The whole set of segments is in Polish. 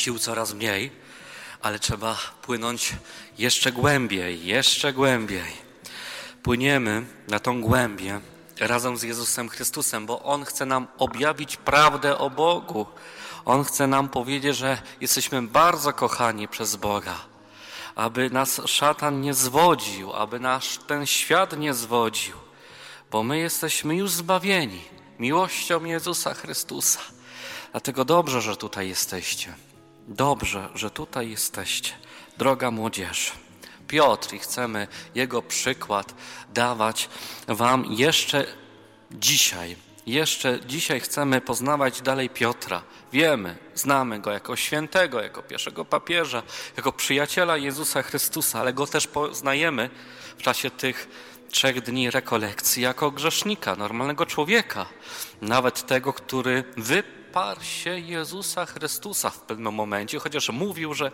sił coraz mniej, ale trzeba płynąć jeszcze głębiej, jeszcze głębiej. Płyniemy na tą głębię razem z Jezusem Chrystusem, bo On chce nam objawić prawdę o Bogu. On chce nam powiedzieć, że jesteśmy bardzo kochani przez Boga, aby nas szatan nie zwodził, aby nas ten świat nie zwodził, bo my jesteśmy już zbawieni miłością Jezusa Chrystusa. Dlatego dobrze, że tutaj jesteście. Dobrze, że tutaj jesteście, droga młodzież. Piotr i chcemy jego przykład dawać wam jeszcze dzisiaj. Jeszcze dzisiaj chcemy poznawać dalej Piotra. Wiemy, znamy go jako świętego, jako pierwszego papieża, jako przyjaciela Jezusa Chrystusa, ale go też poznajemy w czasie tych 3 dni rekolekcji jako grzesznika, normalnego człowieka. Nawet tego, który wyparł się Jezusa Chrystusa w pewnym momencie, chociaż mówił, że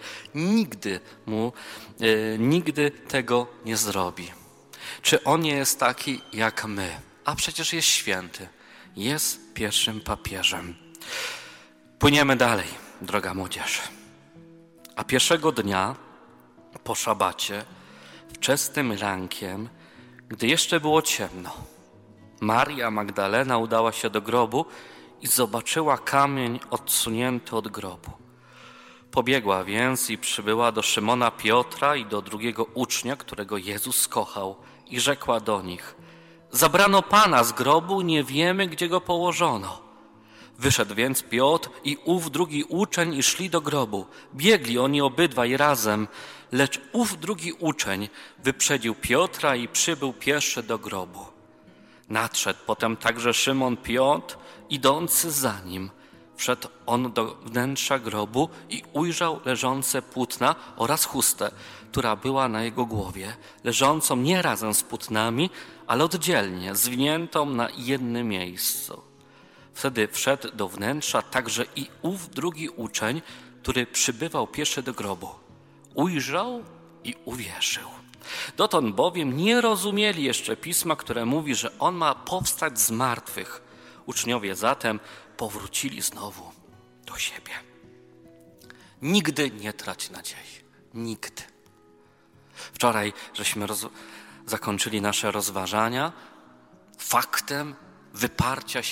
nigdy tego nie zrobi. Czy on nie jest taki jak my? A przecież jest święty. Jest pierwszym papieżem. Płyniemy dalej, droga młodzież. A pierwszego dnia po szabacie, wczesnym rankiem, gdy jeszcze było ciemno, Maria Magdalena udała się do grobu i zobaczyła kamień odsunięty od grobu. Pobiegła więc i przybyła do Szymona Piotra i do drugiego ucznia, którego Jezus kochał, i rzekła do nich: zabrano Pana z grobu, nie wiemy, gdzie go położono. Wyszedł więc Piotr i ów drugi uczeń i szli do grobu. Biegli oni obydwaj razem, lecz ów drugi uczeń wyprzedził Piotra i przybył pierwszy do grobu. Nadszedł potem także Szymon Piotr, idący za nim. Wszedł on do wnętrza grobu i ujrzał leżące płótna oraz chustę, która była na jego głowie, leżącą nie razem z płótnami, ale oddzielnie, zwiniętą na jednym miejscu. Wtedy wszedł do wnętrza także i ów drugi uczeń, który przybywał pierwszy do grobu. Ujrzał i uwierzył. Dotąd bowiem nie rozumieli jeszcze Pisma, które mówi, że on ma powstać z martwych. Uczniowie zatem powrócili znowu do siebie. Nigdy nie trać nadziei. Nigdy. Wczoraj żeśmy zakończyli nasze rozważania faktem wyparcia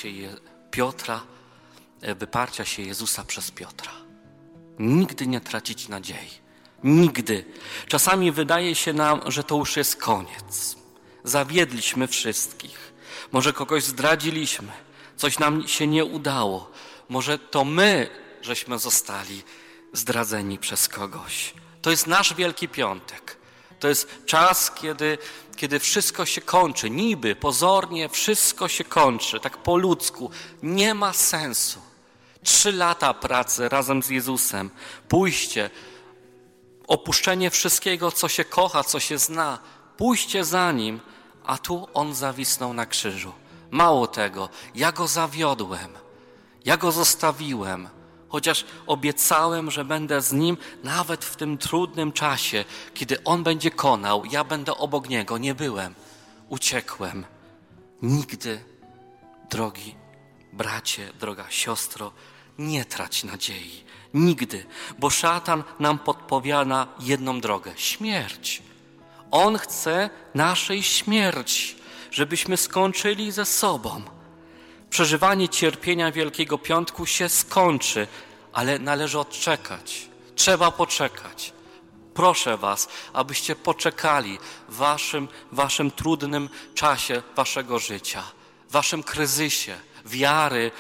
się Jezusa przez Piotra. Nigdy nie tracić nadziei. Nigdy. Czasami wydaje się nam, że to już jest koniec. Zawiedliśmy wszystkich. Może kogoś zdradziliśmy. Coś nam się nie udało. Może to my, żeśmy zostali zdradzeni przez kogoś. To jest nasz Wielki Piątek. To jest czas, kiedy wszystko się kończy. Niby, pozornie wszystko się kończy. Tak po ludzku. Nie ma sensu. 3 lata pracy razem z Jezusem. Pójście, opuszczenie wszystkiego, co się kocha, co się zna. Pójście za Nim, a tu On zawisnął na krzyżu. Mało tego, ja Go zawiodłem. Ja Go zostawiłem. Chociaż obiecałem, że będę z Nim nawet w tym trudnym czasie, kiedy On będzie konał, ja będę obok Niego. Nie byłem. Uciekłem. Nigdy, drogi bracie, droga siostro, nie trać nadziei. Nigdy. Bo szatan nam podpowiada jedną drogę. Śmierć. On chce naszej śmierci, żebyśmy skończyli ze sobą. Przeżywanie cierpienia Wielkiego Piątku się skończy, ale należy odczekać. Trzeba poczekać. Proszę was, abyście poczekali w waszym trudnym czasie waszego życia, w waszym kryzysie wiary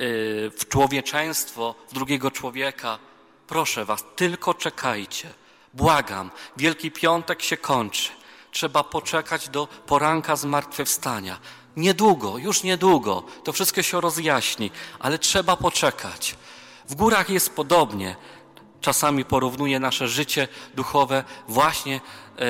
w człowieczeństwo, w drugiego człowieka. Proszę was, tylko czekajcie. Błagam, Wielki Piątek się kończy. Trzeba poczekać do poranka zmartwychwstania. Niedługo, już niedługo, to wszystko się rozjaśni, ale trzeba poczekać. W górach jest podobnie. Czasami porównuję nasze życie duchowe właśnie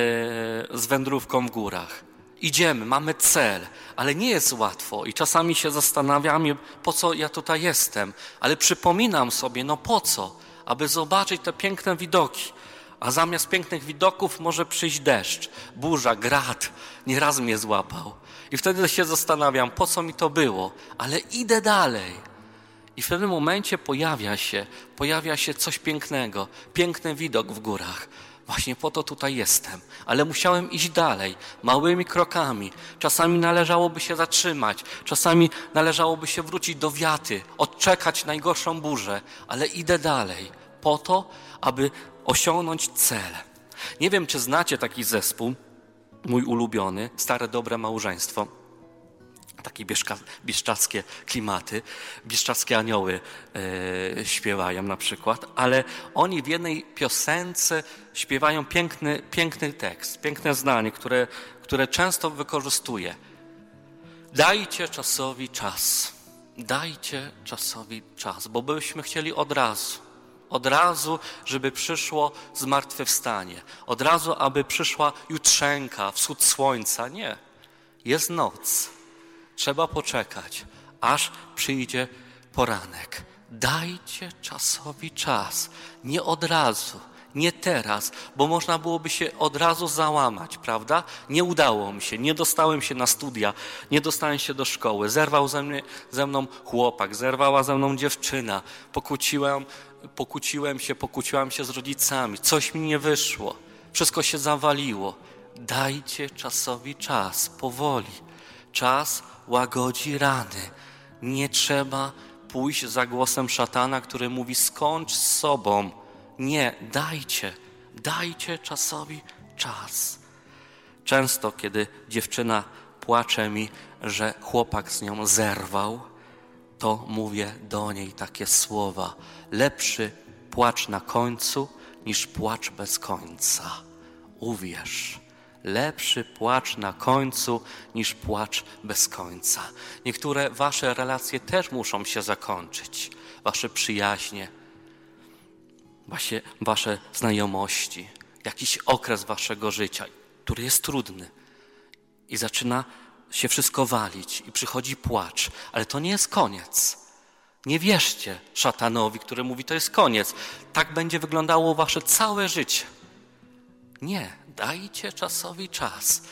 z wędrówką w górach. Idziemy, mamy cel, ale nie jest łatwo i czasami się zastanawiamy, po co ja tutaj jestem, ale przypominam sobie, no po co? Aby zobaczyć te piękne widoki. A zamiast pięknych widoków może przyjść deszcz, burza, grad. Nieraz mnie złapał. I wtedy się zastanawiam, po co mi to było, ale idę dalej. I w pewnym momencie pojawia się coś pięknego, piękny widok w górach. Właśnie po to tutaj jestem, ale musiałem iść dalej, małymi krokami. Czasami należałoby się zatrzymać, czasami należałoby się wrócić do wiaty, odczekać najgorszą burzę, ale idę dalej po to, aby osiągnąć cel. Nie wiem, czy znacie taki zespół, mój ulubiony, Stare Dobre Małżeństwo. Takie bieszczackie klimaty, bieszczackie anioły śpiewają na przykład, ale oni w jednej piosence śpiewają piękny tekst, piękne zdanie, które często wykorzystuję. Dajcie czasowi czas, dajcie czasowi czas, bo byśmy chcieli od razu, żeby przyszło zmartwychwstanie, od razu, aby przyszła jutrzenka, wschód słońca. Nie, jest noc. Trzeba poczekać, aż przyjdzie poranek. Dajcie czasowi czas. Nie od razu, nie teraz, bo można byłoby się od razu załamać, prawda? Nie udało mi się, nie dostałem się na studia, nie dostałem się do szkoły. Zerwał ze mną chłopak, zerwała ze mną dziewczyna. Pokłóciłam się z rodzicami. Coś mi nie wyszło. Wszystko się zawaliło. Dajcie czasowi czas, powoli. Czas łagodzi rany. Nie trzeba pójść za głosem szatana, który mówi skończ z sobą. Nie, dajcie czasowi czas. Często, kiedy dziewczyna płacze mi, że chłopak z nią zerwał, to mówię do niej takie słowa. Lepszy płacz na końcu niż płacz bez końca. Uwierz. Lepszy płacz na końcu niż płacz bez końca. Niektóre wasze relacje też muszą się zakończyć. Wasze przyjaźnie, wasze znajomości, jakiś okres waszego życia, który jest trudny. I zaczyna się wszystko walić i przychodzi płacz. Ale to nie jest koniec. Nie wierzcie szatanowi, który mówi, to jest koniec. Tak będzie wyglądało wasze całe życie. Nie, dajcie czasowi czas.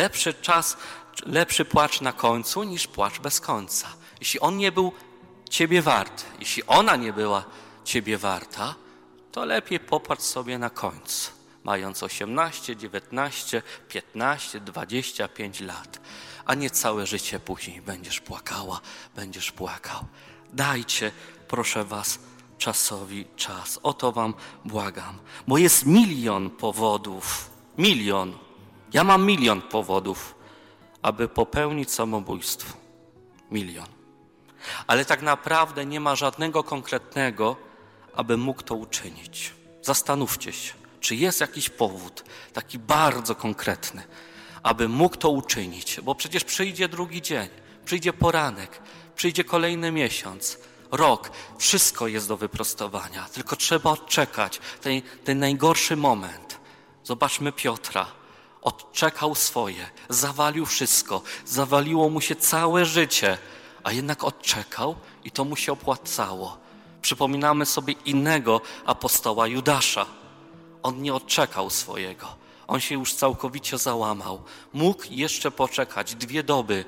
Lepszy płacz na końcu niż płacz bez końca. Jeśli on nie był ciebie wart, jeśli ona nie była ciebie warta, to lepiej popłacz sobie na końcu, mając 18, 19, 15, 25 lat, a nie całe życie później będziesz płakała, będziesz płakał. Dajcie, proszę was, czasowi czas. O to wam błagam. Bo jest milion powodów. Milion. Ja mam milion powodów, aby popełnić samobójstwo. Milion. Ale tak naprawdę nie ma żadnego konkretnego, aby mógł to uczynić. Zastanówcie się, czy jest jakiś powód, taki bardzo konkretny, aby mógł to uczynić. Bo przecież przyjdzie drugi dzień, przyjdzie poranek, przyjdzie kolejny miesiąc, rok. Wszystko jest do wyprostowania, tylko trzeba odczekać ten najgorszy moment. Zobaczmy Piotra. Odczekał swoje, zawalił wszystko, zawaliło mu się całe życie, a jednak odczekał i to mu się opłacało. Przypominamy sobie innego apostoła Judasza. On nie odczekał swojego. On się już całkowicie załamał. Mógł jeszcze poczekać 2 doby,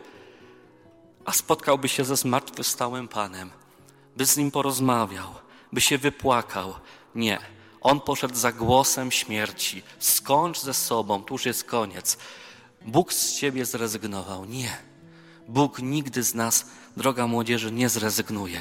a spotkałby się ze zmartwychwstałym Panem, by z Nim porozmawiał, by się wypłakał. Nie. On poszedł za głosem śmierci. Skończ ze sobą, tu już jest koniec. Bóg z ciebie zrezygnował. Nie. Bóg nigdy z nas, droga młodzieży, nie zrezygnuje.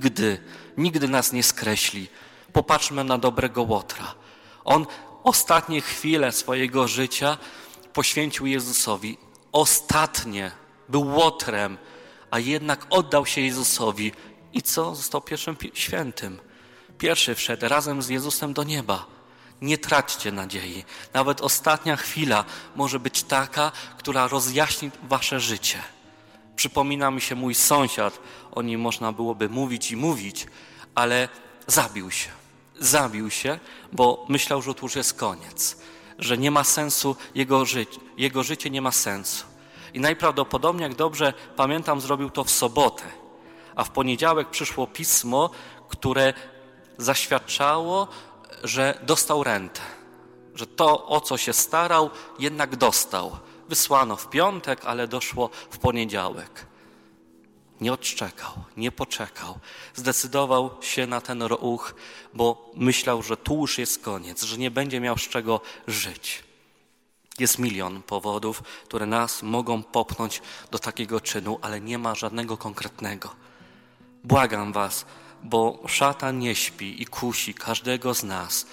Nigdy nas nie skreśli. Popatrzmy na dobrego Łotra. On ostatnie chwile swojego życia poświęcił Jezusowi. Ostatnie. Był Łotrem, a jednak oddał się Jezusowi. I co? Został pierwszym świętym. Pierwszy wszedł razem z Jezusem do nieba. Nie traćcie nadziei. Nawet ostatnia chwila może być taka, która rozjaśni wasze życie. Przypomina mi się mój sąsiad. O nim można byłoby mówić i mówić, ale zabił się. Zabił się, bo myślał, że to już jest koniec. Że nie ma sensu jego życie nie ma sensu. I najprawdopodobniej, jak dobrze pamiętam, zrobił to w sobotę. A w poniedziałek przyszło pismo, które zaświadczało, że dostał rentę. Że to, o co się starał, jednak dostał. Wysłano w piątek, ale doszło w poniedziałek. nie odczekał, nie poczekał. Zdecydował się na ten ruch, bo myślał, że tu już jest koniec, że nie będzie miał z czego żyć. Jest milion powodów, które nas mogą popchnąć do takiego czynu, ale nie ma żadnego konkretnego. Błagam was, bo szatan nie śpi i kusi każdego z nas.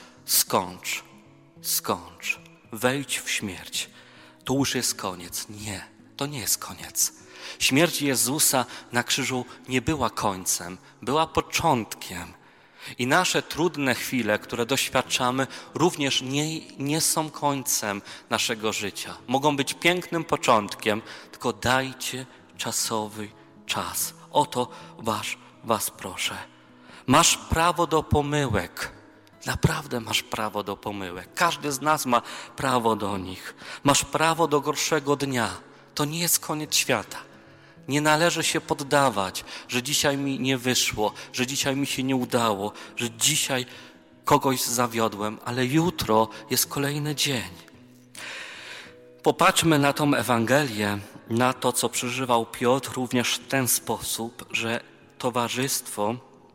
Skończ, wejdź w śmierć. Tu już jest koniec. Nie, to nie jest koniec. Śmierć Jezusa na krzyżu nie była końcem, była początkiem. I nasze trudne chwile, które doświadczamy, również nie są końcem naszego życia. Mogą być pięknym początkiem, tylko dajcie czasowy czas. O to was proszę. Masz prawo do pomyłek. Naprawdę masz prawo do pomyłek. Każdy z nas ma prawo do nich. Masz prawo do gorszego dnia. To nie jest koniec świata. Nie należy się poddawać, że dzisiaj mi nie wyszło, że dzisiaj mi się nie udało, że dzisiaj kogoś zawiodłem, ale jutro jest kolejny dzień. Popatrzmy na tą Ewangelię, na to, co przeżywał Piotr również w ten sposób, że towarzystwo,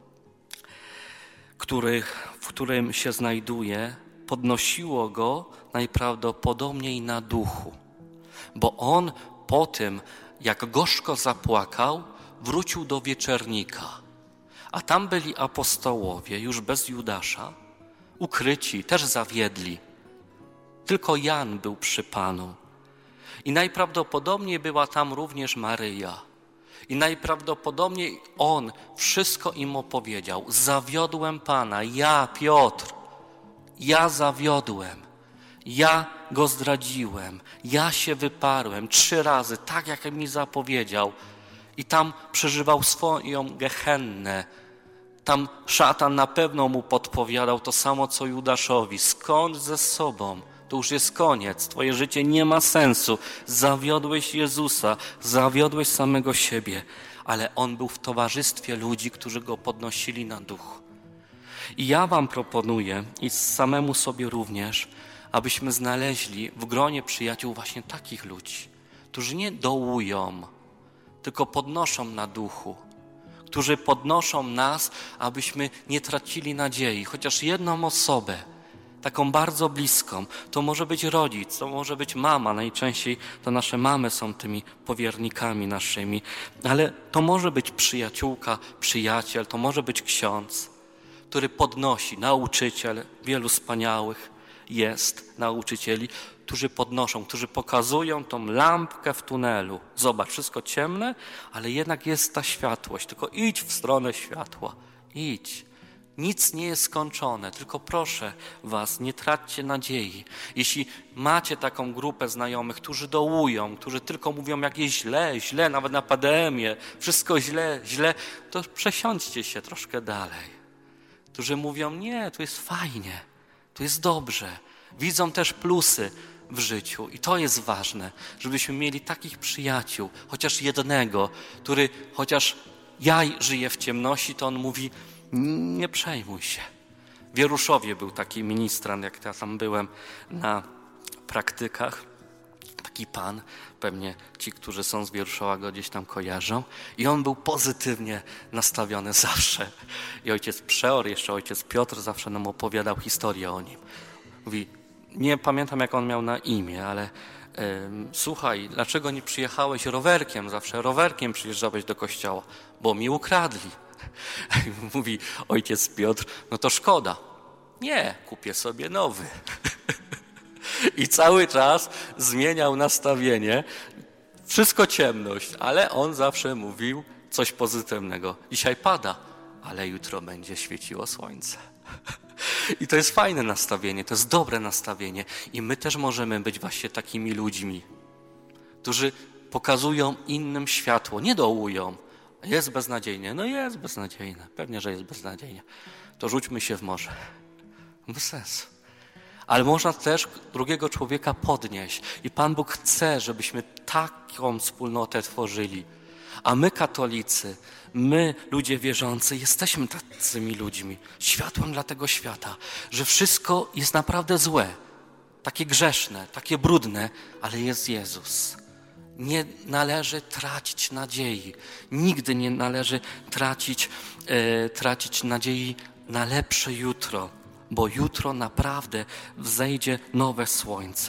w którym się znajduje, podnosiło go najprawdopodobniej na duchu. Bo on po tym, jak gorzko zapłakał, wrócił do wieczernika. A tam byli apostołowie, już bez Judasza, ukryci, też zawiedli. Tylko Jan był przy Panu. I najprawdopodobniej była tam również Maryja. I najprawdopodobniej on wszystko im opowiedział. Zawiodłem Pana, ja, Piotr, ja zawiodłem. Ja go zdradziłem, ja się wyparłem 3 razy, tak jak mi zapowiedział. I tam przeżywał swoją gehennę. Tam szatan na pewno mu podpowiadał to samo, co Judaszowi. Skończ ze sobą, to już jest koniec, twoje życie nie ma sensu. Zawiodłeś Jezusa, zawiodłeś samego siebie. Ale on był w towarzystwie ludzi, którzy go podnosili na duch. I ja wam proponuję, i samemu sobie również, abyśmy znaleźli w gronie przyjaciół właśnie takich ludzi, którzy nie dołują, tylko podnoszą na duchu, którzy podnoszą nas, abyśmy nie tracili nadziei, chociaż jedną osobę, taką bardzo bliską. To może być rodzic, to może być mama, najczęściej to nasze mamy są tymi powiernikami naszymi, ale to może być przyjaciółka, przyjaciel, to może być ksiądz, który podnosi, nauczyciel, wielu wspaniałych jest nauczycieli, którzy podnoszą, którzy pokazują tą lampkę w tunelu. Zobacz, wszystko ciemne, ale jednak jest ta światłość. Tylko idź w stronę światła. Idź. Nic nie jest skończone, tylko proszę was, nie traćcie nadziei. Jeśli macie taką grupę znajomych, którzy dołują, którzy tylko mówią, jak jest źle, nawet na pandemię, wszystko źle, to przesiądźcie się troszkę dalej. Którzy mówią, nie, tu jest fajnie, tu jest dobrze. Widzą też plusy w życiu i to jest ważne, żebyśmy mieli takich przyjaciół, chociaż jednego, który chociaż ja żyję w ciemności, to on mówi, nie przejmuj się. W Wieruszowie był taki ministrant, jak ja tam byłem na praktykach, taki pan, pewnie ci, którzy są z Wieruszowa go gdzieś tam kojarzą i on był pozytywnie nastawiony zawsze. I ojciec Przeor, jeszcze ojciec Piotr zawsze nam opowiadał historię o nim. Mówi, nie pamiętam jak on miał na imię, ale słuchaj, dlaczego nie przyjechałeś rowerkiem? Zawsze rowerkiem przyjeżdżałeś do kościoła, bo mi ukradli. Mówi ojciec Piotr, no to szkoda. Nie, kupię sobie nowy. I cały czas zmieniał nastawienie. Wszystko ciemność, ale on zawsze mówił coś pozytywnego. Dzisiaj pada, ale jutro będzie świeciło słońce. I to jest fajne nastawienie, to jest dobre nastawienie. I my też możemy być właśnie takimi ludźmi, którzy pokazują innym światło, nie dołują. Jest beznadziejnie, no jest beznadziejne, pewnie, że jest beznadziejnie. To rzućmy się w morze. Bez sensu. Ale można też drugiego człowieka podnieść. I Pan Bóg chce, żebyśmy taką wspólnotę tworzyli. A my katolicy, my ludzie wierzący, jesteśmy tacymi ludźmi, światłem dla tego świata, że wszystko jest naprawdę złe, takie grzeszne, takie brudne, ale jest Jezus. Nie należy tracić nadziei. Nigdy nie należy tracić nadziei na lepsze jutro, bo jutro naprawdę wzejdzie nowe słońce.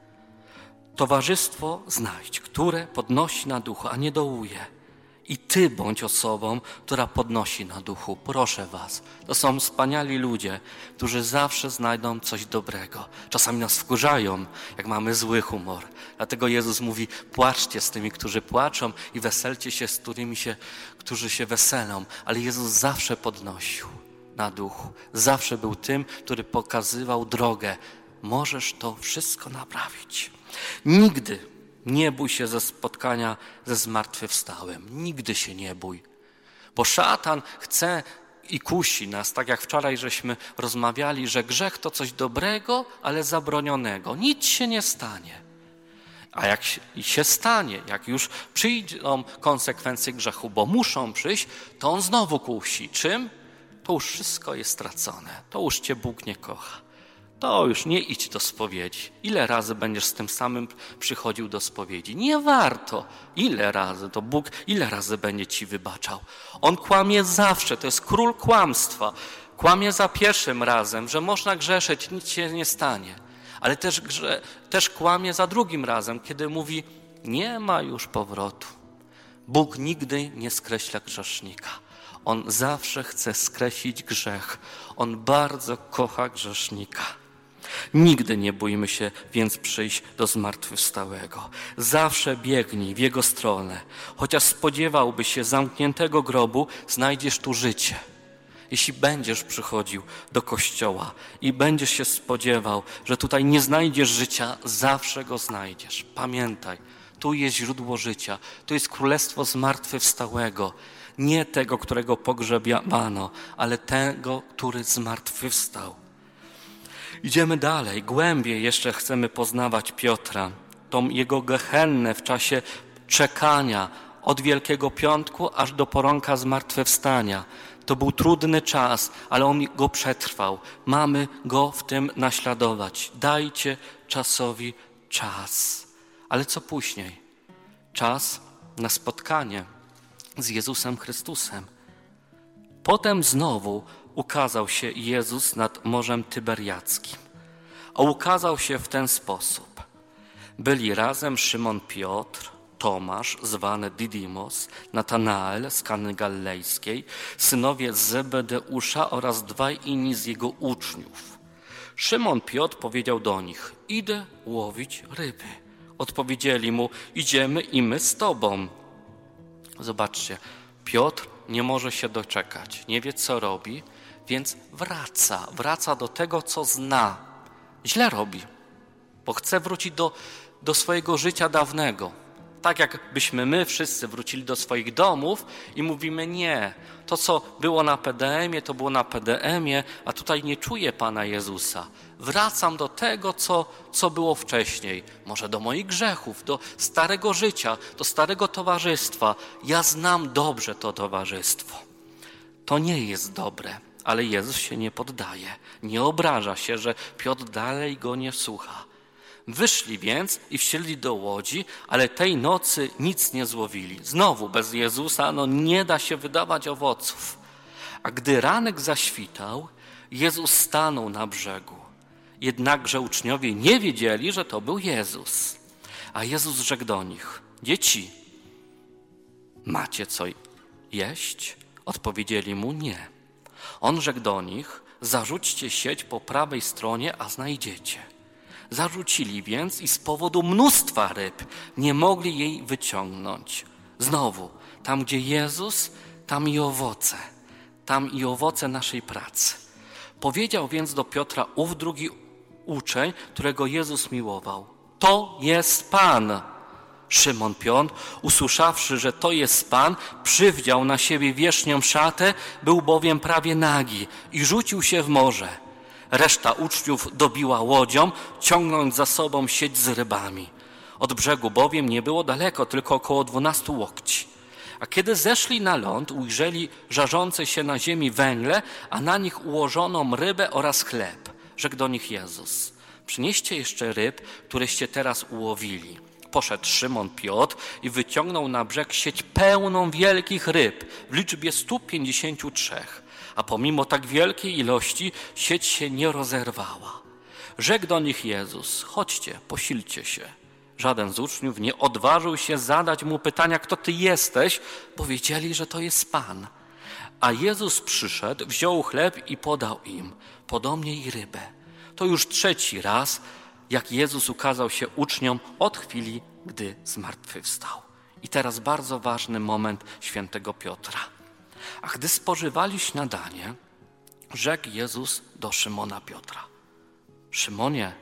Towarzystwo znajdź, które podnosi na duchu, a nie dołuje. I ty bądź osobą, która podnosi na duchu. Proszę was, to są wspaniali ludzie, którzy zawsze znajdą coś dobrego. Czasami nas wkurzają, jak mamy zły humor. Dlatego Jezus mówi, płaczcie z tymi, którzy płaczą i weselcie się z którzy się weselą. Ale Jezus zawsze podnosił na duchu. Zawsze był tym, który pokazywał drogę. Możesz to wszystko naprawić. Nigdy nie bój się ze spotkania ze zmartwychwstałym. Nigdy się nie bój. Bo szatan chce i kusi nas, tak jak wczoraj żeśmy rozmawiali, że grzech to coś dobrego, ale zabronionego. Nic się nie stanie. A jak się stanie, jak już przyjdą konsekwencje grzechu, bo muszą przyjść, to on znowu kusi. Czym? To już wszystko jest stracone. To już cię Bóg nie kocha. To już nie idź do spowiedzi. Ile razy będziesz z tym samym przychodził do spowiedzi? Nie warto. Ile razy? To Bóg ile razy będzie ci wybaczał? On kłamie zawsze. To jest król kłamstwa. Kłamie za pierwszym razem, że można grzeszyć, nic się nie stanie. Ale też kłamie za drugim razem, kiedy mówi, nie ma już powrotu. Bóg nigdy nie skreśla grzesznika. On zawsze chce skreślić grzech. On bardzo kocha grzesznika. Nigdy nie bójmy się więc przyjść do zmartwychwstałego. Zawsze biegnij w Jego stronę. Chociaż spodziewałbyś się zamkniętego grobu, znajdziesz tu życie. Jeśli będziesz przychodził do kościoła i będziesz się spodziewał, że tutaj nie znajdziesz życia, zawsze go znajdziesz. Pamiętaj, tu jest źródło życia, tu jest królestwo zmartwychwstałego. Nie tego, którego pogrzebano, ale tego, który zmartwychwstał. Idziemy dalej, głębiej jeszcze chcemy poznawać Piotra, tą jego gehennę w czasie czekania od Wielkiego Piątku aż do poranka zmartwychwstania. To był trudny czas, ale on go przetrwał. Mamy go w tym naśladować. Dajcie czasowi czas. Ale co później? Czas na spotkanie z Jezusem Chrystusem. Potem znowu ukazał się Jezus nad Morzem Tyberiackim. A ukazał się w ten sposób. Byli razem Szymon Piotr, Tomasz, zwany Didymos, Natanael z Kany Galilejskiej, synowie Zebedeusza oraz dwaj inni z jego uczniów. Szymon Piotr powiedział do nich, idę łowić ryby. Odpowiedzieli mu, idziemy i my z tobą. Zobaczcie, Piotr nie może się doczekać, nie wie co robi, więc wraca do tego, co zna. Źle robi, bo chce wrócić do swojego życia dawnego. Tak jakbyśmy my wszyscy wrócili do swoich domów i mówimy nie, to co było na PDM-ie, to było na PDM-ie, a tutaj nie czuję Pana Jezusa. Wracam do tego, co było wcześniej. Może do moich grzechów, do starego życia, do starego towarzystwa. Ja znam dobrze to towarzystwo. To nie jest dobre, ale Jezus się nie poddaje. Nie obraża się, że Piotr dalej go nie słucha. Wyszli więc i wsiedli do łodzi, ale tej nocy nic nie złowili. Znowu bez Jezusa nie da się wydawać owoców. A gdy ranek zaświtał, Jezus stanął na brzegu. Jednakże uczniowie nie wiedzieli, że to był Jezus. A Jezus rzekł do nich, dzieci, macie co jeść? Odpowiedzieli mu nie. On rzekł do nich, zarzućcie sieć po prawej stronie, a znajdziecie. Zarzucili więc i z powodu mnóstwa ryb nie mogli jej wyciągnąć. Znowu, tam gdzie Jezus, tam i owoce naszej pracy. Powiedział więc do Piotra ów drugi uczeń, którego Jezus miłował. To jest Pan. Szymon Piotr, usłyszawszy, że to jest Pan, przywdział na siebie wierzchnią szatę, był bowiem prawie nagi i rzucił się w morze. Reszta uczniów dobiła łodzią, ciągnąc za sobą sieć z rybami. Od brzegu bowiem nie było daleko, tylko około 12 łokci. A kiedy zeszli na ląd, ujrzeli żarzące się na ziemi węgle, a na nich ułożoną rybę oraz chleb. Rzekł do nich Jezus, przynieście jeszcze ryb, któreście teraz ułowili. Poszedł Szymon Piotr i wyciągnął na brzeg sieć pełną wielkich ryb w liczbie 153, a pomimo tak wielkiej ilości sieć się nie rozerwała. Rzekł do nich Jezus: chodźcie, posilcie się. Żaden z uczniów nie odważył się zadać mu pytania, kto ty jesteś, bo wiedzieli, że to jest Pan. A Jezus przyszedł, wziął chleb i podał im, podobnie i rybę. To już 3. raz, jak Jezus ukazał się uczniom od chwili, gdy zmartwychwstał. I teraz bardzo ważny moment świętego Piotra. A gdy spożywali śniadanie, rzekł Jezus do Szymona Piotra: Szymonie,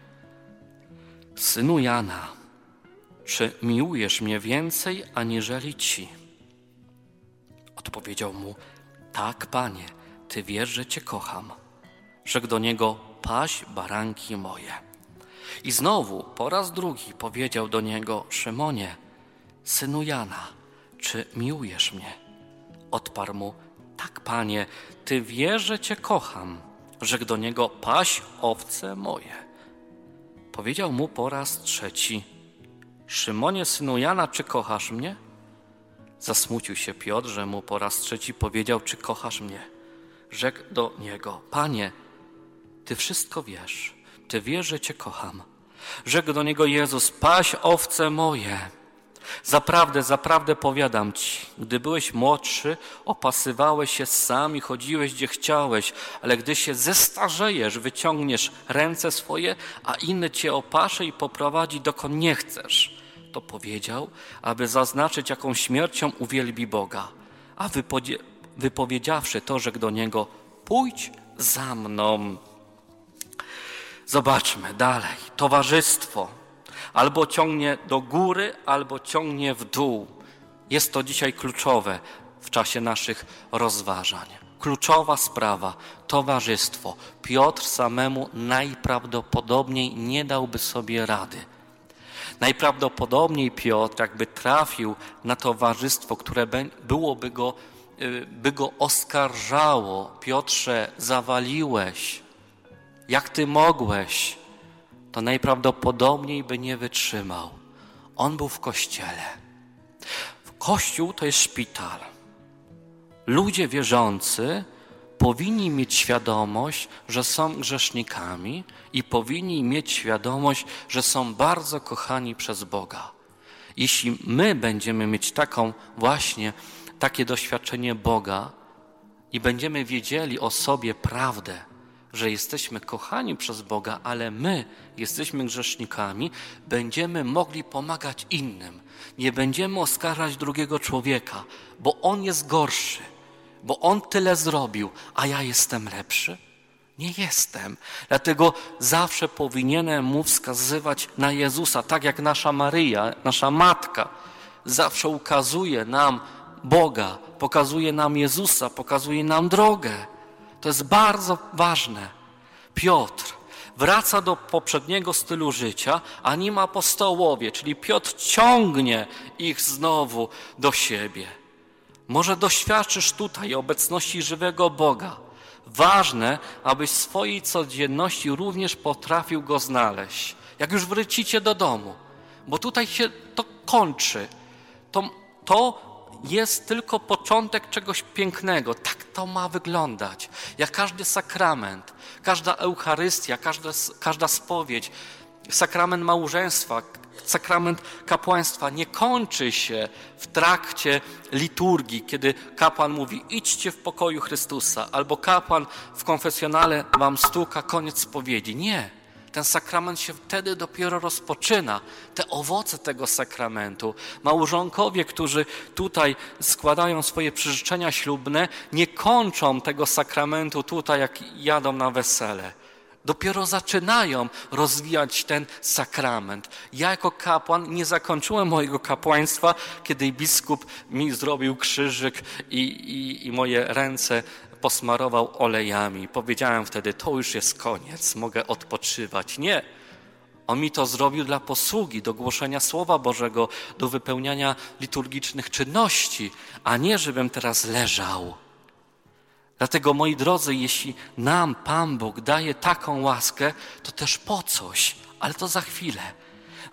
synu Jana, czy miłujesz mnie więcej aniżeli ci? Odpowiedział mu: tak, Panie, Ty wiesz, że Cię kocham. Rzekł do niego: paś baranki moje. I znowu po raz drugi powiedział do niego: Szymonie, synu Jana, czy miłujesz mnie? Odparł mu: tak, Panie, Ty wiesz, że Cię kocham. Rzekł do niego: paś owce moje. Powiedział mu po raz trzeci: Szymonie, synu Jana, czy kochasz mnie? Zasmucił się Piotr, że mu po raz trzeci powiedział: czy kochasz mnie? Rzekł do niego: Panie, Ty wszystko wiesz. Ty wiesz, że Cię kocham. Rzekł do niego Jezus: paś owce moje. Zaprawdę, zaprawdę powiadam Ci, gdy byłeś młodszy, opasywałeś się sam i chodziłeś, gdzie chciałeś, ale gdy się zestarzejesz, wyciągniesz ręce swoje, a inny Cię opasze i poprowadzi, dokąd nie chcesz. To powiedział, aby zaznaczyć, jaką śmiercią uwielbi Boga. A wypowiedziawszy to, rzekł do niego: pójdź za mną. Zobaczmy dalej. Towarzystwo albo ciągnie do góry, albo ciągnie w dół. Jest to dzisiaj kluczowe w czasie naszych rozważań. Kluczowa sprawa, towarzystwo. Piotr samemu najprawdopodobniej nie dałby sobie rady. Najprawdopodobniej Piotr, jakby trafił na towarzystwo, które by go oskarżało: Piotrze, zawaliłeś, jak ty mogłeś, to najprawdopodobniej by nie wytrzymał. On był w kościele. Kościół to jest szpital. Ludzie wierzący powinni mieć świadomość, że są grzesznikami i powinni mieć świadomość, że są bardzo kochani przez Boga. Jeśli my będziemy mieć takie doświadczenie Boga i będziemy wiedzieli o sobie prawdę, że jesteśmy kochani przez Boga, ale my jesteśmy grzesznikami, będziemy mogli pomagać innym. Nie będziemy oskarżać drugiego człowieka, bo on jest gorszy, bo on tyle zrobił, a ja jestem lepszy. Nie jestem. Dlatego zawsze powinienem mu wskazywać na Jezusa, tak jak nasza Maryja, nasza matka, zawsze ukazuje nam Boga, pokazuje nam Jezusa, pokazuje nam drogę. To jest bardzo ważne. Piotr wraca do poprzedniego stylu życia, a nim apostołowie, czyli Piotr ciągnie ich znowu do siebie. Może doświadczysz tutaj obecności żywego Boga. Ważne, abyś w swojej codzienności również potrafił Go znaleźć. Jak już wrócicie do domu, bo tutaj się to kończy. To jest tylko początek czegoś pięknego. Tak to ma wyglądać. Jak każdy sakrament, każda Eucharystia, każda spowiedź, sakrament małżeństwa, sakrament kapłaństwa nie kończy się w trakcie liturgii, kiedy kapłan mówi: idźcie w pokoju Chrystusa, albo kapłan w konfesjonale wam stuka, koniec spowiedzi. Nie. Ten sakrament się wtedy dopiero rozpoczyna. Te owoce tego sakramentu. Małżonkowie, którzy tutaj składają swoje przyrzeczenia ślubne, nie kończą tego sakramentu tutaj, jak jadą na wesele. Dopiero zaczynają rozwijać ten sakrament. Ja jako kapłan nie zakończyłem mojego kapłaństwa, kiedy biskup mi zrobił krzyżyk i moje ręce posmarował olejami. Powiedziałem wtedy: to już jest koniec, mogę odpoczywać. Nie. On mi to zrobił dla posługi, do głoszenia Słowa Bożego, do wypełniania liturgicznych czynności, a nie żebym teraz leżał. Dlatego, moi drodzy, jeśli nam Pan Bóg daje taką łaskę, to też po coś, ale to za chwilę.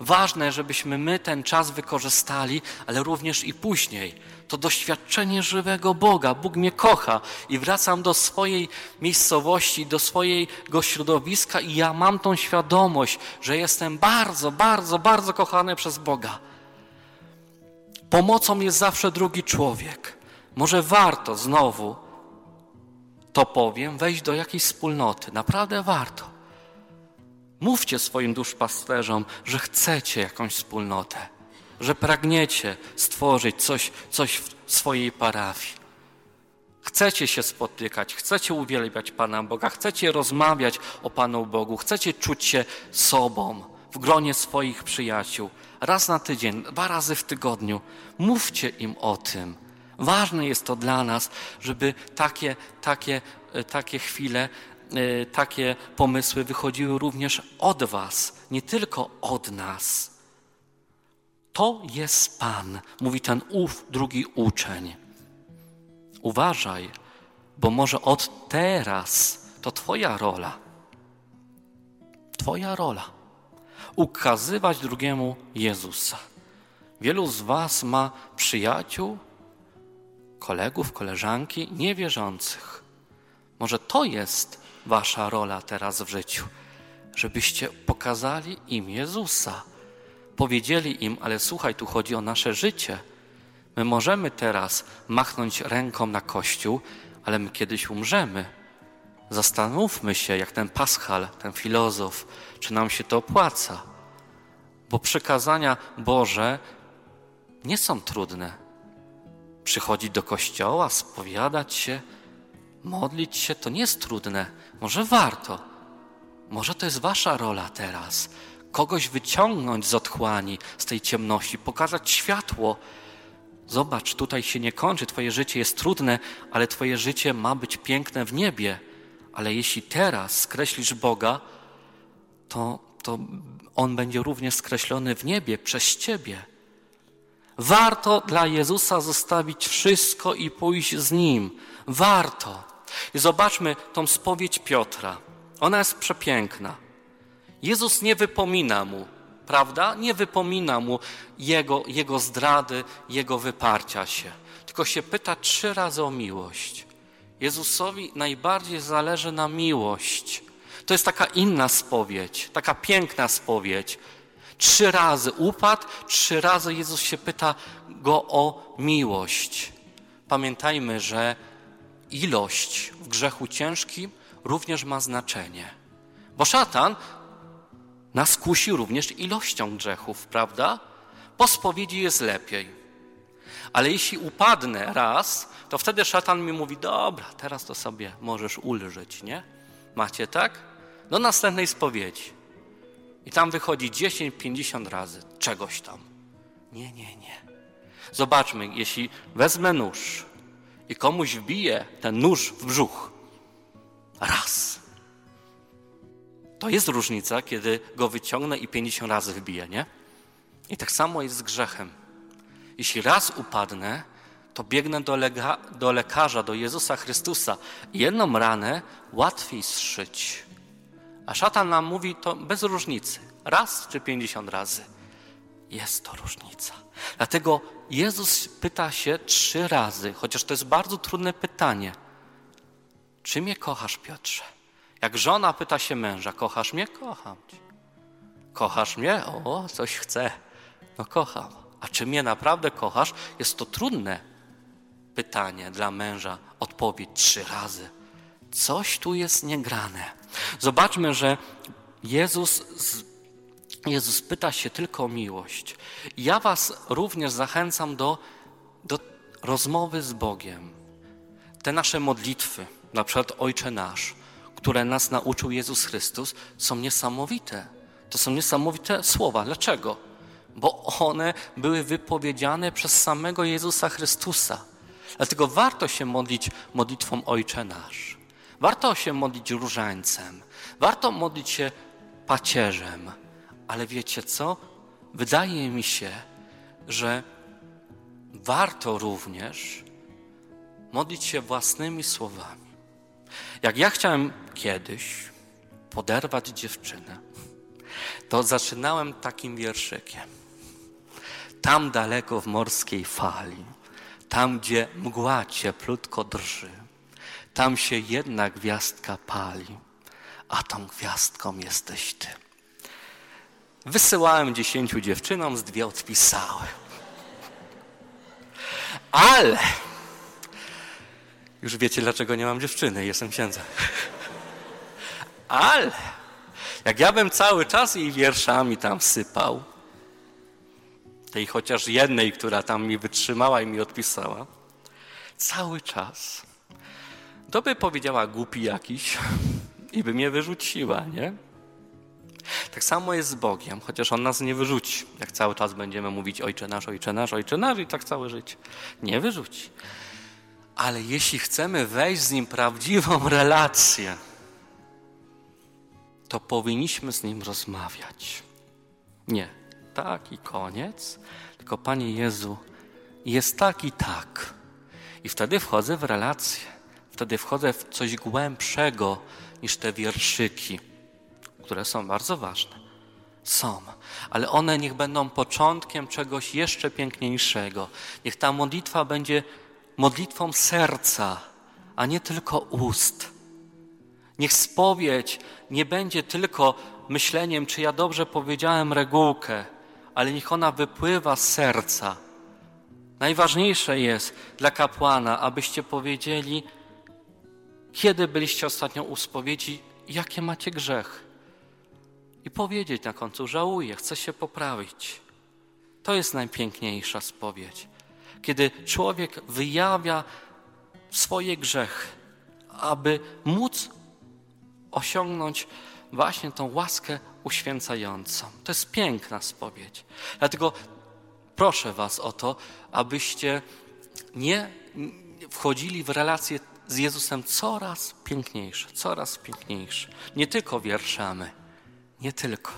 Ważne, żebyśmy my ten czas wykorzystali, ale również i później. To doświadczenie żywego Boga. Bóg mnie kocha i wracam do swojej miejscowości, do swojego środowiska i ja mam tą świadomość, że jestem bardzo, bardzo, bardzo kochany przez Boga. Pomocą jest zawsze drugi człowiek. Może warto znowu, to powiem, wejść do jakiejś wspólnoty. Naprawdę warto. Mówcie swoim duszpasterzom, że chcecie jakąś wspólnotę, że pragniecie stworzyć coś w swojej parafii. Chcecie się spotykać, chcecie uwielbiać Pana Boga, chcecie rozmawiać o Panu Bogu, chcecie czuć się sobą w gronie swoich przyjaciół. Raz na tydzień, 2 razy w tygodniu. Mówcie im o tym. Ważne jest to dla nas, żeby takie chwile, takie pomysły wychodziły również od was, nie tylko od nas. To jest Pan, mówi ten drugi uczeń. Uważaj, bo może od teraz to twoja rola. Twoja rola. Ukazywać drugiemu Jezusa. Wielu z was ma przyjaciół, kolegów, koleżanki niewierzących. Może to jest wasza rola teraz w życiu, żebyście pokazali im Jezusa. Powiedzieli im, ale słuchaj, tu chodzi o nasze życie. My możemy teraz machnąć ręką na Kościół, ale my kiedyś umrzemy. Zastanówmy się, jak ten Paschal, ten filozof, czy nam się to opłaca. Bo przykazania Boże nie są trudne. Przychodzić do kościoła, spowiadać się, modlić się, to nie jest trudne. Może warto. Może to jest wasza rola teraz. Kogoś wyciągnąć z otchłani, z tej ciemności, pokazać światło. Zobacz, tutaj się nie kończy, twoje życie jest trudne, ale twoje życie ma być piękne w niebie. Ale jeśli teraz skreślisz Boga, to On będzie również skreślony w niebie przez ciebie. Warto dla Jezusa zostawić wszystko i pójść z Nim. Warto. I zobaczmy tą spowiedź Piotra. Ona jest przepiękna. Jezus nie wypomina mu, prawda? Nie wypomina mu jego zdrady, jego wyparcia się. Tylko się pyta 3 razy o miłość. Jezusowi najbardziej zależy na miłość. To jest taka inna spowiedź, taka piękna spowiedź. 3 razy upadł, 3 razy Jezus się pyta go o miłość. Pamiętajmy, że ilość w grzechu ciężkim również ma znaczenie. Bo szatan nas kusi również ilością grzechów, prawda? Po spowiedzi jest lepiej. Ale jeśli upadnę raz, to wtedy szatan mi mówi, dobra, teraz to sobie możesz ulżyć, nie? Macie tak? Do następnej spowiedzi. I tam wychodzi 10-50 razy czegoś tam. Nie. Zobaczmy, jeśli wezmę nóż i komuś wbiję ten nóż w brzuch. Raz. To jest różnica, kiedy go wyciągnę i 50 razy wbiję, nie? I tak samo jest z grzechem. Jeśli raz upadnę, to biegnę do lekarza, do Jezusa Chrystusa. Jedną ranę łatwiej zszyć. A szatan nam mówi to bez różnicy. Raz czy 50 razy. Jest to różnica. Dlatego Jezus pyta się 3 razy, chociaż to jest bardzo trudne pytanie. Czy mnie kochasz, Piotrze? Jak żona pyta się męża, kochasz mnie? Kocham cię. Kochasz mnie? O, coś chcę. No kocham. A czy mnie naprawdę kochasz? Jest to trudne pytanie dla męża. Odpowiedź 3 razy. Coś tu jest niegrane. Zobaczmy, że Jezus pyta się tylko o miłość. Ja was również zachęcam do rozmowy z Bogiem. Te nasze modlitwy, na przykład Ojcze Nasz, które nas nauczył Jezus Chrystus, są niesamowite. To są niesamowite słowa. Dlaczego? Bo one były wypowiedziane przez samego Jezusa Chrystusa. Dlatego warto się modlić modlitwą Ojcze Nasz. Warto się modlić różańcem. Warto modlić się pacierzem. Ale wiecie co? Wydaje mi się, że warto również modlić się własnymi słowami. Jak ja chciałem kiedyś poderwać dziewczynę, to zaczynałem takim wierszykiem. Tam daleko w morskiej fali, tam gdzie mgła cieplutko drży, tam się jedna gwiazdka pali, a tą gwiazdką jesteś ty. Wysyłałem 10 dziewczynom, z 2 odpisały. Ale już wiecie, dlaczego nie mam dziewczyny, jestem księdzem. Ale jak ja bym cały czas jej wierszami tam sypał, tej chociaż jednej, która tam mi wytrzymała i mi odpisała, cały czas, to by powiedziała głupi jakiś i by mnie wyrzuciła, nie? Tak samo jest z Bogiem, chociaż On nas nie wyrzuci. Jak cały czas będziemy mówić Ojcze nasz, Ojcze nasz, Ojcze nasz i tak całe życie. Nie wyrzuci. Ale jeśli chcemy wejść z Nim w prawdziwą relację, to powinniśmy z Nim rozmawiać. Nie tak i koniec, tylko Panie Jezu, jest tak i tak. I wtedy wchodzę w relację. Wtedy wchodzę w coś głębszego niż te wierszyki, które są bardzo ważne. Są, ale one niech będą początkiem czegoś jeszcze piękniejszego. Niech ta modlitwa będzie modlitwą serca, a nie tylko ust. Niech spowiedź nie będzie tylko myśleniem, czy ja dobrze powiedziałem regułkę, ale niech ona wypływa z serca. Najważniejsze jest dla kapłana, abyście powiedzieli, kiedy byliście ostatnio u spowiedzi, jakie macie grzech. I powiedzieć na końcu, żałuję, chcę się poprawić. To jest najpiękniejsza spowiedź. Kiedy człowiek wyjawia swoje grzechy, aby móc osiągnąć właśnie tą łaskę uświęcającą. To jest piękna spowiedź. Dlatego proszę was o to, abyście nie wchodzili w relacje z Jezusem coraz piękniejsze. Nie tylko wierszami, nie tylko.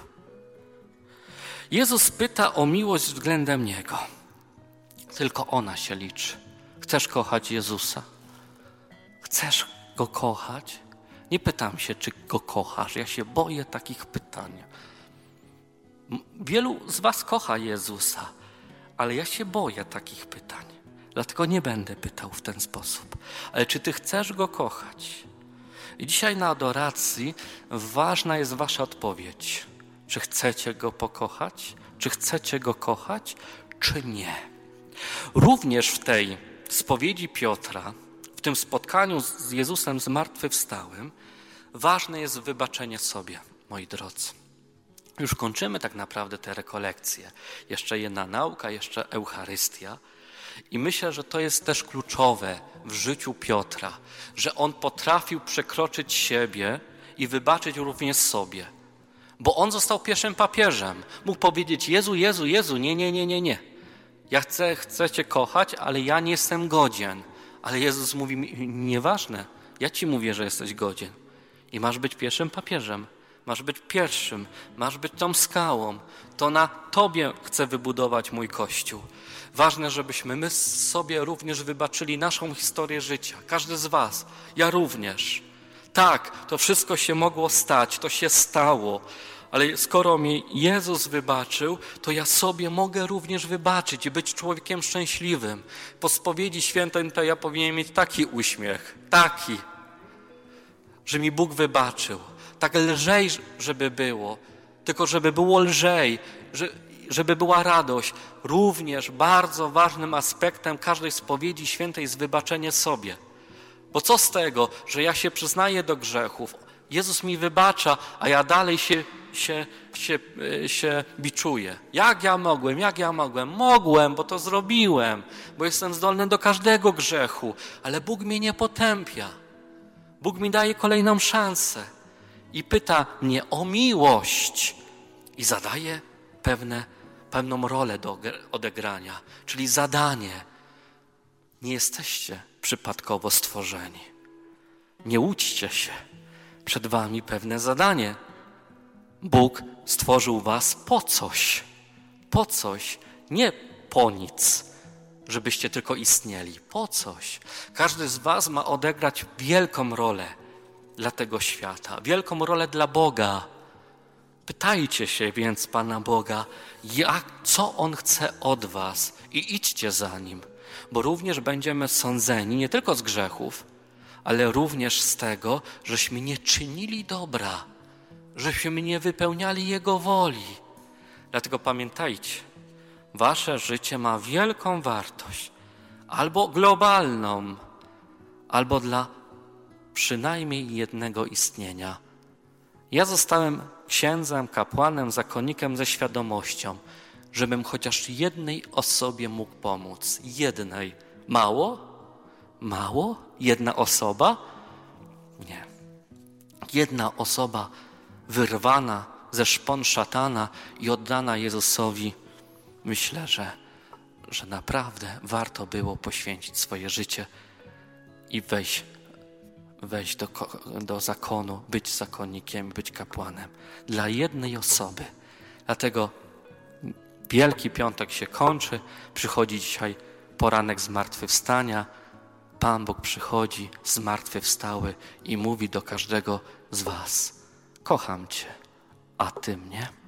Jezus pyta o miłość względem Niego. Tylko ona się liczy. Chcesz kochać Jezusa? Chcesz Go kochać? Nie pytam się, czy Go kochasz. Ja się boję takich pytań. Wielu z was kocha Jezusa, ale ja się boję takich pytań. Dlatego nie będę pytał w ten sposób. Ale czy ty chcesz Go kochać? I dzisiaj na adoracji ważna jest wasza odpowiedź. Czy chcecie Go pokochać? Czy chcecie Go kochać? Czy nie? Również w tej spowiedzi Piotra, w tym spotkaniu z Jezusem zmartwychwstałym, ważne jest wybaczenie sobie, moi drodzy. Już kończymy tak naprawdę te rekolekcje. Jeszcze jedna nauka, jeszcze Eucharystia. I myślę, że to jest też kluczowe w życiu Piotra, że on potrafił przekroczyć siebie i wybaczyć również sobie. Bo on został pierwszym papieżem. Mógł powiedzieć, Jezu, nie. Ja chcę Cię kochać, ale ja nie jestem godzien. Ale Jezus mówi mi, nieważne, ja Ci mówię, że jesteś godzien. I masz być pierwszym papieżem. Masz być pierwszym, masz być tą skałą. To na Tobie chcę wybudować mój Kościół. Ważne, żebyśmy my sobie również wybaczyli naszą historię życia. Każdy z was, ja również. Tak, to wszystko się mogło stać, to się stało. Ale skoro mi Jezus wybaczył, to ja sobie mogę również wybaczyć i być człowiekiem szczęśliwym. Po spowiedzi świętej to ja powinienem mieć taki uśmiech, taki, że mi Bóg wybaczył. Tak lżej, żeby było, tylko żeby było lżej, żeby była radość. Również bardzo ważnym aspektem każdej spowiedzi świętej jest wybaczenie sobie. Bo co z tego, że ja się przyznaję do grzechów, Jezus mi wybacza, a ja dalej się biczuję. Jak ja mogłem? Mogłem, bo to zrobiłem, bo jestem zdolny do każdego grzechu, ale Bóg mnie nie potępia. Bóg mi daje kolejną szansę i pyta mnie o miłość i zadaje pewną rolę do odegrania, czyli zadanie. Nie jesteście przypadkowo stworzeni. Nie łudźcie się. Przed wami pewne zadanie. Bóg stworzył was po coś. Po coś, nie po nic, żebyście tylko istnieli. Po coś. Każdy z was ma odegrać wielką rolę dla tego świata. Wielką rolę dla Boga. Pytajcie się więc Pana Boga, co On chce od was i idźcie za Nim, bo również będziemy sądzeni nie tylko z grzechów, ale również z tego, żeśmy nie czynili dobra, żeśmy nie wypełniali Jego woli. Dlatego pamiętajcie, wasze życie ma wielką wartość, albo globalną, albo dla przynajmniej jednego istnienia. Ja zostałem księdzem, kapłanem, zakonnikiem ze świadomością, żebym chociaż jednej osobie mógł pomóc. Jednej. Mało? Mało? Jedna osoba? Nie. Jedna osoba wyrwana ze szpon szatana i oddana Jezusowi. Myślę, że naprawdę warto było poświęcić swoje życie i wejść do zakonu, być zakonnikiem, być kapłanem. Dla jednej osoby. Dlatego Wielki Piątek się kończy, przychodzi dzisiaj poranek zmartwychwstania. Pan Bóg przychodzi zmartwychwstały i mówi do każdego z was: kocham cię, a ty mnie.